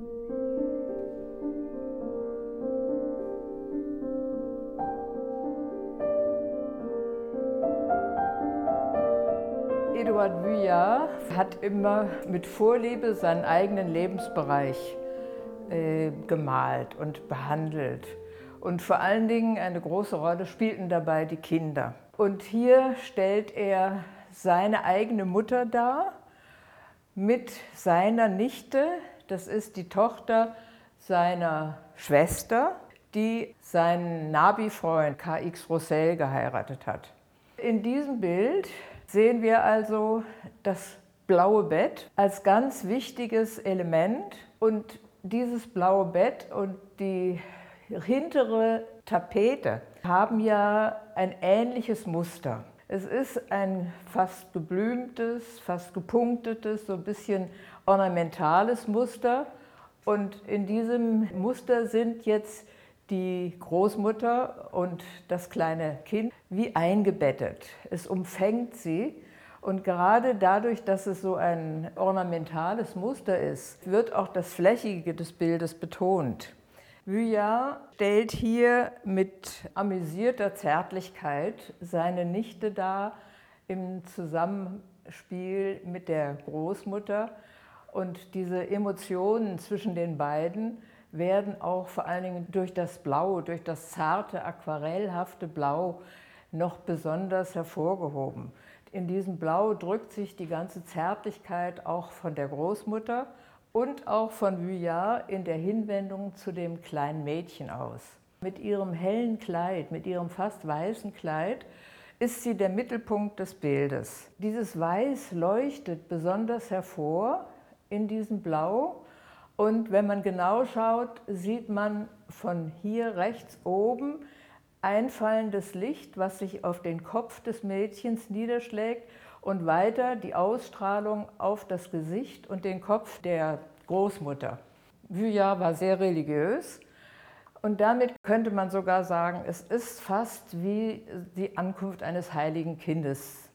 Eduard Vuillard hat immer mit Vorliebe seinen eigenen Lebensbereich gemalt und behandelt. Und vor allen Dingen eine große Rolle spielten dabei die Kinder. Und hier stellt er seine eigene Mutter dar mit seiner Nichte, das ist die Tochter seiner Schwester, die seinen Nabi-Freund K.X. Roussel geheiratet hat. In diesem Bild sehen wir also das blaue Bett als ganz wichtiges Element, und dieses blaue Bett und die hintere Tapete haben ja ein ähnliches Muster. Es ist ein fast geblümtes, fast gepunktetes, so ein bisschen ornamentales Muster, und in diesem Muster sind jetzt die Großmutter und das kleine Kind wie eingebettet. Es umfängt sie, und gerade dadurch, dass es so ein ornamentales Muster ist, wird auch das Flächige des Bildes betont. Vuillard stellt hier mit amüsierter Zärtlichkeit seine Nichte dar im Zusammenspiel mit der Großmutter, und diese Emotionen zwischen den beiden werden auch vor allen Dingen durch das Blau, durch das zarte, aquarellhafte Blau noch besonders hervorgehoben. In diesem Blau drückt sich die ganze Zärtlichkeit auch von der Großmutter und auch von Vuillard in der Hinwendung zu dem kleinen Mädchen aus. Mit ihrem hellen Kleid, mit ihrem fast weißen Kleid, ist sie der Mittelpunkt des Bildes. Dieses Weiß leuchtet besonders hervor in diesem Blau. Und wenn man genau schaut, sieht man von hier rechts oben einfallendes Licht, was sich auf den Kopf des Mädchens niederschlägt, und weiter die Ausstrahlung auf das Gesicht und den Kopf der Großmutter. Vuillard war sehr religiös, und damit könnte man sogar sagen, es ist fast wie die Ankunft eines heiligen Kindes